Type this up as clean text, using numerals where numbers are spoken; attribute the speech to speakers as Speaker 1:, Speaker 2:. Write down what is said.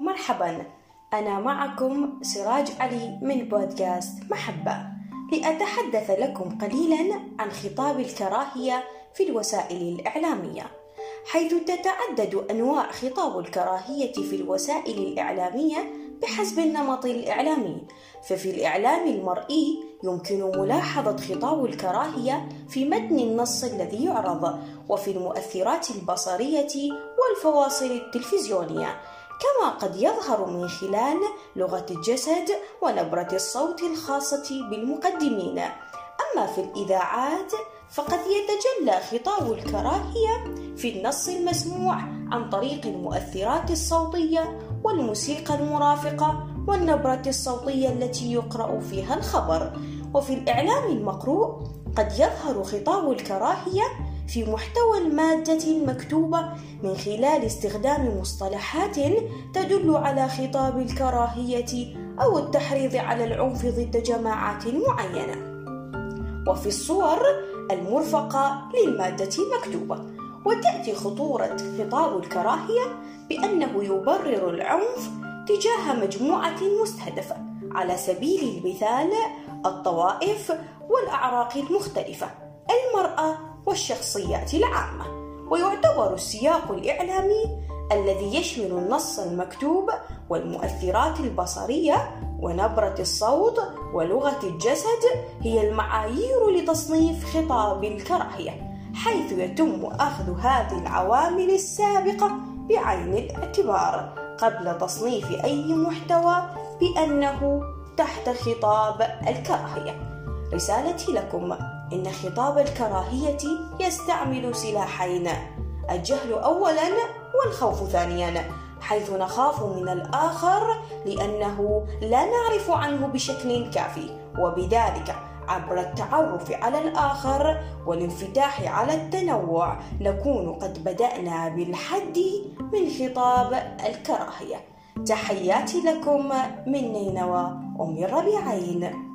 Speaker 1: مرحبا، أنا معكم سراج علي من بودكاست محبة، لأتحدث لكم قليلا عن خطاب الكراهية في الوسائل الإعلامية، حيث تتعدد أنواع خطاب الكراهية في الوسائل الإعلامية بحسب النمط الإعلامي. ففي الإعلام المرئي يمكن ملاحظة خطاب الكراهية في متن النص الذي يعرض، وفي المؤثرات البصرية والفواصل التلفزيونية، كما قد يظهر من خلال لغة الجسد ونبرة الصوت الخاصة بالمقدمين. أما في الإذاعات فقد يتجلى خطاب الكراهية في النص المسموع عن طريق المؤثرات الصوتية والموسيقى المرافقة والنبرة الصوتية التي يقرأ فيها الخبر. وفي الإعلام المقروء قد يظهر خطاب الكراهية في محتوى المادة المكتوبة من خلال استخدام مصطلحات تدل على خطاب الكراهية أو التحريض على العنف ضد جماعات معينة. وفي الصور المرفقة للمادة المكتوبة، وتأتي خطورة خطاب الكراهية بأنه يبرر العنف تجاه مجموعة مستهدفة، على سبيل المثال الطوائف والأعراق المختلفة، المرأة والشخصيات العامة. ويعتبر السياق الإعلامي الذي يشمل النص المكتوب والمؤثرات البصرية ونبرة الصوت ولغة الجسد هي المعايير لتصنيف خطاب الكراهية، حيث يتم أخذ هذه العوامل السابقة بعين الاعتبار قبل تصنيف أي محتوى بأنه تحت خطاب الكراهية. رسالتي لكم إن خطاب الكراهية يستعمل سلاحين: الجهل أولا والخوف ثانيا، حيث نخاف من الآخر لأنه لا نعرف عنه بشكل كافي، وبذلك عبر التعرف على الآخر والانفتاح على التنوع نكون قد بدأنا بالحد من خطاب الكراهية. تحياتي لكم من نينوى أم الربيعين.